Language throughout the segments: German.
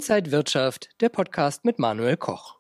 Inside Wirtschaft, der Podcast mit Manuel Koch.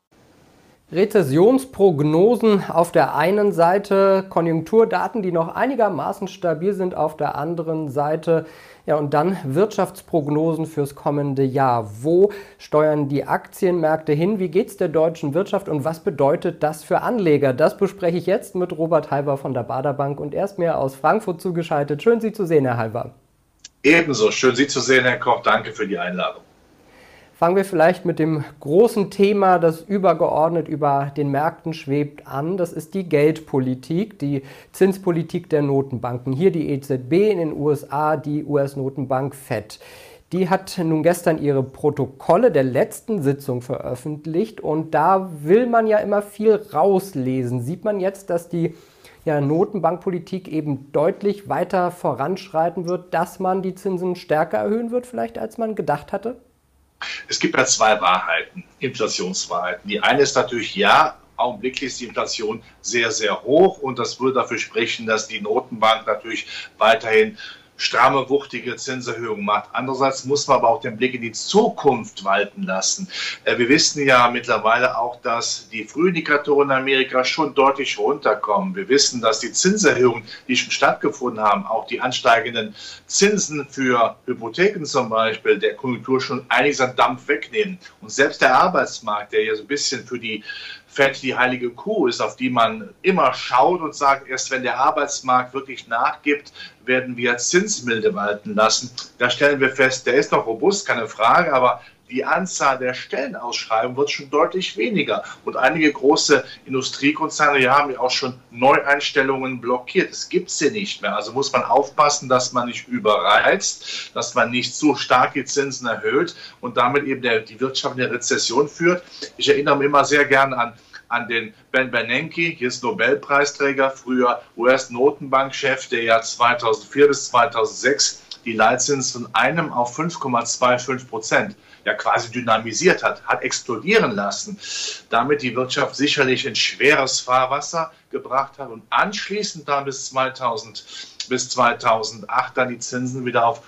Rezessionsprognosen auf der einen Seite, Konjunkturdaten, die noch einigermaßen stabil sind auf der anderen Seite. Ja, und dann Wirtschaftsprognosen fürs kommende Jahr. Wo steuern die Aktienmärkte hin? Wie geht es der deutschen Wirtschaft und was bedeutet das für Anleger? Das bespreche ich jetzt mit Robert Halber von der Baader Bank und er ist mir aus Frankfurt zugeschaltet. Schön, Sie zu sehen, Herr Halber. Ebenso, schön Sie zu sehen, Herr Koch. Danke für die Einladung. Fangen wir vielleicht mit dem großen Thema, das übergeordnet über den Märkten schwebt, an. Das ist die Geldpolitik, die Zinspolitik der Notenbanken. Hier die EZB, in den USA die US-Notenbank Fed. Die hat nun gestern ihre Protokolle der letzten Sitzung veröffentlicht und da will man ja immer viel rauslesen. Sieht man jetzt, dass die Notenbankpolitik eben deutlich weiter voranschreiten wird, dass man die Zinsen stärker erhöhen wird, vielleicht als man gedacht hatte? Es gibt ja zwei Wahrheiten, Inflationswahrheiten. Die eine ist natürlich, ja, augenblicklich ist die Inflation sehr, sehr hoch und das würde dafür sprechen, dass die Notenbank natürlich weiterhin stramme, wuchtige Zinserhöhungen macht. Andererseits muss man aber auch den Blick in die Zukunft walten lassen. Wir wissen ja mittlerweile auch, dass die Frühindikatoren in Amerika schon deutlich runterkommen. Wir wissen, dass die Zinserhöhungen, die schon stattgefunden haben, auch die ansteigenden Zinsen für Hypotheken zum Beispiel, der Konjunktur schon einiges an Dampf wegnehmen. Und selbst der Arbeitsmarkt, der ja so ein bisschen für die Fed die heilige Kuh ist, auf die man immer schaut und sagt, erst wenn der Arbeitsmarkt wirklich nachgibt, werden wir Zinsmilde walten lassen. Da stellen wir fest, der ist noch robust, keine Frage, aber die Anzahl der Stellenausschreibungen wird schon deutlich weniger. Und einige große Industriekonzerne haben ja auch schon Neueinstellungen blockiert. Es gibt sie nicht mehr. Also muss man aufpassen, dass man nicht überreizt, dass man nicht zu stark die Zinsen erhöht und damit eben die Wirtschaft in eine Rezession führt. Ich erinnere mich immer sehr gern an den Ben Bernanke, jetzt Nobelpreisträger, früher US-Notenbankchef, der ja 2004 bis 2006 die Leitzinsen von 1 auf 5,25% ja quasi dynamisiert hat explodieren lassen, damit die Wirtschaft sicherlich in schweres Fahrwasser gebracht hat und anschließend dann bis 2008 dann die Zinsen wieder auf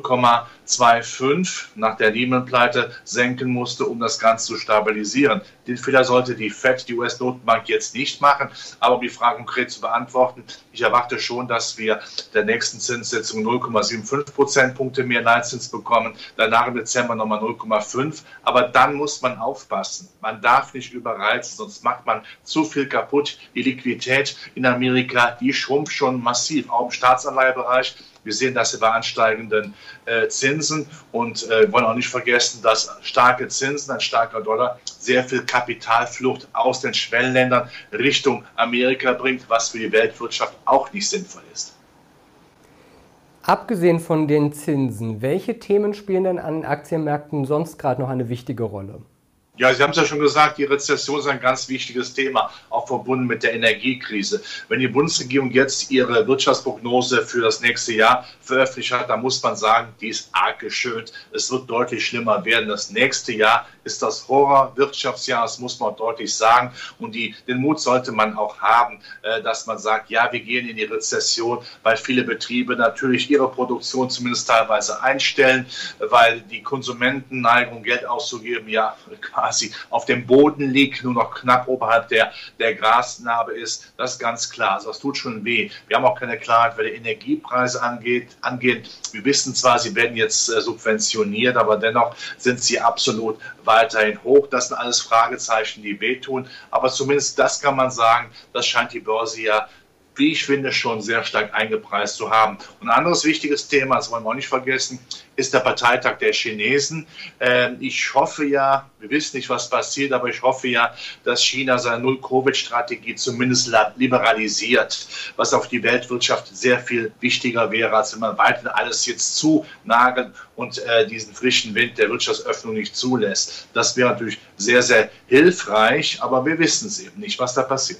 0,25 nach der Lehman-Pleite senken musste, um das Ganze zu stabilisieren. Den Fehler sollte die Fed, die US-Notenbank, jetzt nicht machen. Aber um die Frage konkret zu beantworten, ich erwarte schon, dass wir der nächsten Zinssitzung 0,75 Prozentpunkte mehr Leitzins bekommen, danach im Dezember nochmal 0,5. Aber dann muss man aufpassen. Man darf nicht überreizen, sonst macht man zu viel kaputt. Die Liquidität in Amerika, die schrumpft schon massiv, auch im Staatsanleihebereich. Wir sehen das bei ansteigenden Zinsen und wollen auch nicht vergessen, dass starke Zinsen, ein starker Dollar, sehr viel Kapitalflucht aus den Schwellenländern Richtung Amerika bringt, was für die Weltwirtschaft auch nicht sinnvoll ist. Abgesehen von den Zinsen, welche Themen spielen denn an Aktienmärkten sonst gerade noch eine wichtige Rolle? Ja, Sie haben es ja schon gesagt, die Rezession ist ein ganz wichtiges Thema, auch verbunden mit der Energiekrise. Wenn die Bundesregierung jetzt ihre Wirtschaftsprognose für das nächste Jahr veröffentlicht hat, dann muss man sagen, die ist arg geschönt. Es wird deutlich schlimmer werden. Das nächste Jahr ist das Horror-Wirtschaftsjahr, das muss man deutlich sagen. Und den Mut sollte man auch haben, dass man sagt, ja, wir gehen in die Rezession, weil viele Betriebe natürlich ihre Produktion zumindest teilweise einstellen, weil die Konsumentenneigung, Geld auszugeben, ja, quasi auf dem Boden liegt, nur noch knapp oberhalb der Grasnarbe ist. Das ist ganz klar. Also das tut schon weh. Wir haben auch keine Klarheit, wer die Energiepreise angehen. Wir wissen zwar, sie werden jetzt subventioniert, aber dennoch sind sie absolut weiterhin hoch. Das sind alles Fragezeichen, die wehtun. Aber zumindest das kann man sagen, das scheint die Börse ja, wie ich finde, schon sehr stark eingepreist zu haben. Und ein anderes wichtiges Thema, das wollen wir auch nicht vergessen, ist der Parteitag der Chinesen. Ich hoffe ja, wir wissen nicht, was passiert, aber ich hoffe ja, dass China seine Null-Covid-Strategie zumindest liberalisiert, was auf die Weltwirtschaft sehr viel wichtiger wäre, als wenn man weiterhin alles jetzt zunagelt und diesen frischen Wind der Wirtschaftsöffnung nicht zulässt. Das wäre natürlich sehr, sehr hilfreich, aber wir wissen es eben nicht, was da passiert.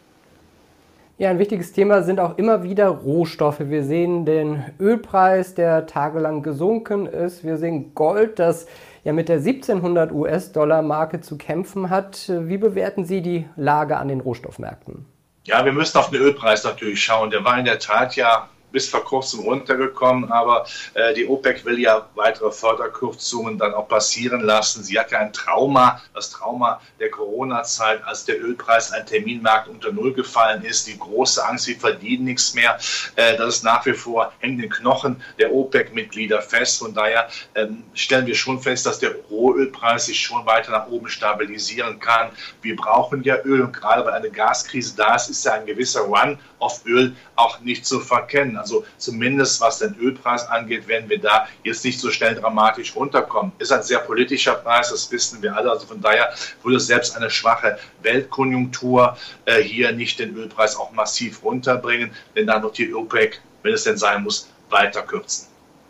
Ja, ein wichtiges Thema sind auch immer wieder Rohstoffe. Wir sehen den Ölpreis, der tagelang gesunken ist. Wir sehen Gold, das ja mit der 1700 US-Dollar-Marke zu kämpfen hat. Wie bewerten Sie die Lage an den Rohstoffmärkten? Ja, wir müssen auf den Ölpreis natürlich schauen. Der war in der Tat ja bis vor kurzem runtergekommen, aber die OPEC will ja weitere Förderkürzungen dann auch passieren lassen. Sie hat ja ein Trauma, das Trauma der Corona-Zeit, als der Ölpreis ein Terminmarkt unter Null gefallen ist. Die große Angst, sie verdienen nichts mehr. Das ist nach wie vor, hängen den Knochen der OPEC-Mitglieder fest. Von daher stellen wir schon fest, dass der Rohölpreis sich schon weiter nach oben stabilisieren kann. Wir brauchen ja Öl und gerade weil eine Gaskrise da ist ja ein gewisser Run auf Öl auch nicht zu verkennen. Also zumindest was den Ölpreis angeht, werden wir da jetzt nicht so schnell dramatisch runterkommen. Ist ein sehr politischer Preis, das wissen wir alle. Also von daher würde selbst eine schwache Weltkonjunktur hier nicht den Ölpreis auch massiv runterbringen, denn dann wird die OPEC, wenn es denn sein muss, weiter kürzen.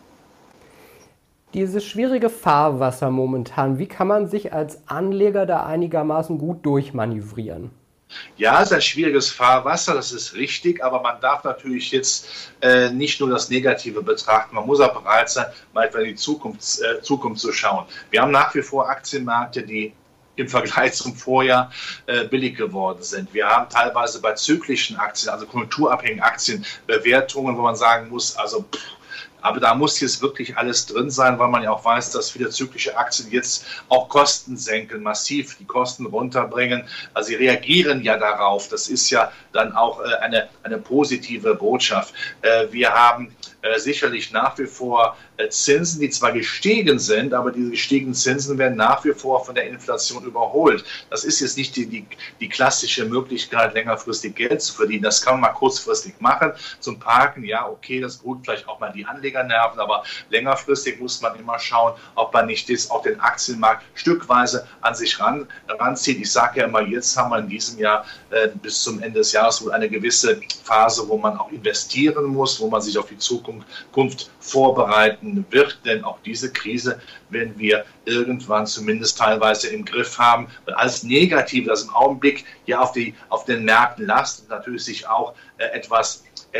Dieses schwierige Fahrwasser momentan, wie kann man sich als Anleger da einigermaßen gut durchmanövrieren? Ja, es ist ein schwieriges Fahrwasser, das ist richtig, aber man darf natürlich jetzt nicht nur das Negative betrachten, man muss auch bereit sein, mal etwa in die Zukunft zu schauen. Wir haben nach wie vor Aktienmärkte, die im Vergleich zum Vorjahr billig geworden sind. Wir haben teilweise bei zyklischen Aktien, also konjunkturabhängigen Aktien, Bewertungen, wo man sagen muss, aber da muss jetzt wirklich alles drin sein, weil man ja auch weiß, dass viele zyklische Aktien jetzt auch Kosten senken, massiv die Kosten runterbringen. Also sie reagieren ja darauf. Das ist ja dann auch eine positive Botschaft. Wir haben sicherlich nach wie vor Zinsen, die zwar gestiegen sind, aber diese gestiegenen Zinsen werden nach wie vor von der Inflation überholt. Das ist jetzt nicht die klassische Möglichkeit, längerfristig Geld zu verdienen. Das kann man mal kurzfristig machen. Zum Parken, ja, okay, das beruhigt vielleicht auch mal die Anlegernerven, aber längerfristig muss man immer schauen, ob man nicht das auf den Aktienmarkt stückweise an sich ranzieht. Ich sage ja immer, jetzt haben wir in diesem Jahr bis zum Ende des Jahres wohl eine gewisse Phase, wo man auch investieren muss, wo man sich auf die Zukunft vorbereiten wird, denn auch diese Krise werden wir irgendwann zumindest teilweise im Griff haben. Weil alles Negative, das im Augenblick ja auf den Märkten lastet, natürlich sich auch etwas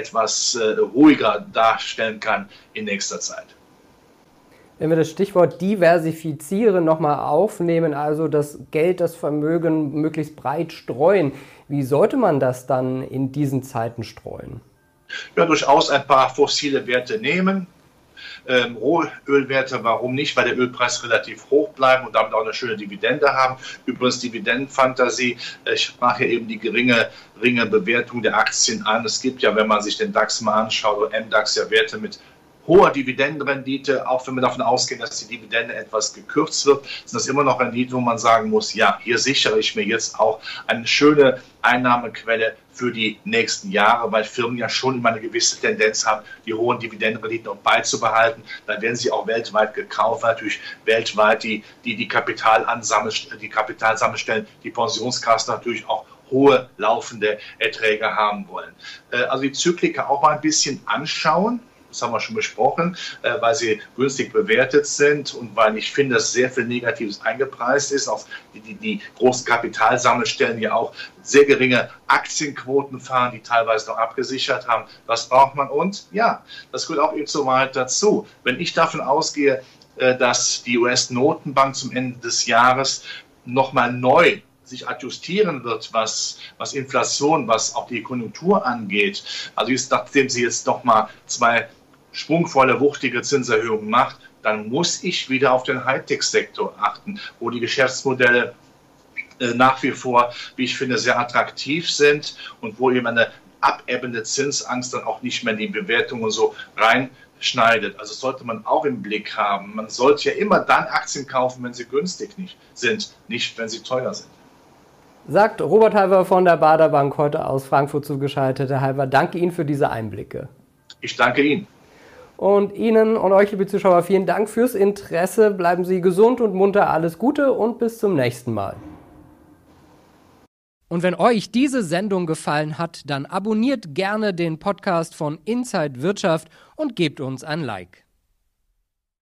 ruhiger darstellen kann in nächster Zeit. Wenn wir das Stichwort diversifizieren nochmal aufnehmen, also das Geld, das Vermögen möglichst breit streuen, wie sollte man das dann in diesen Zeiten streuen? Ja, durchaus ein paar fossile Werte nehmen. Rohölwerte, warum nicht? Weil der Ölpreis relativ hoch bleibt und damit auch eine schöne Dividende haben. Übrigens Dividendenfantasie. Ich sprach ja eben die geringe Bewertung der Aktien an. Es gibt ja, wenn man sich den DAX mal anschaut, oder MDAX, ja Werte mit hoher Dividendenrendite, auch wenn wir davon ausgehen, dass die Dividende etwas gekürzt wird, sind das immer noch Rendite, wo man sagen muss, ja, hier sichere ich mir jetzt auch eine schöne Einnahmequelle für die nächsten Jahre, weil Firmen ja schon immer eine gewisse Tendenz haben, die hohen Dividendenrenditen auch beizubehalten. Dann werden sie auch weltweit gekauft, natürlich weltweit die Kapitalsammelstellen, die Pensionskassen natürlich auch hohe laufende Erträge haben wollen. Also die Zyklika auch mal ein bisschen anschauen. Das haben wir schon besprochen, weil sie günstig bewertet sind und weil ich finde, dass sehr viel Negatives eingepreist ist. Auch die großen Kapitalsammelstellen ja auch sehr geringe Aktienquoten fahren, die teilweise noch abgesichert haben. Was braucht man? Und ja, das gehört auch eben so weit dazu. Wenn ich davon ausgehe, dass die US-Notenbank zum Ende des Jahres nochmal neu sich adjustieren wird, was Inflation, was auch die Konjunktur angeht. Also nachdem sie jetzt nochmal 2 sprungvolle, wuchtige Zinserhöhungen macht, dann muss ich wieder auf den Hightech-Sektor achten, wo die Geschäftsmodelle nach wie vor, wie ich finde, sehr attraktiv sind und wo eben eine abebbende Zinsangst dann auch nicht mehr in die Bewertungen so reinschneidet. Also sollte man auch im Blick haben. Man sollte ja immer dann Aktien kaufen, wenn sie günstig sind, nicht wenn sie teuer sind. Sagt Robert Halver von der Baader Bank, heute aus Frankfurt zugeschaltet. Herr Halver, danke Ihnen für diese Einblicke. Ich danke Ihnen. Und Ihnen und euch, liebe Zuschauer, vielen Dank fürs Interesse. Bleiben Sie gesund und munter, alles Gute und bis zum nächsten Mal. Und wenn euch diese Sendung gefallen hat, dann abonniert gerne den Podcast von Inside Wirtschaft und gebt uns ein Like.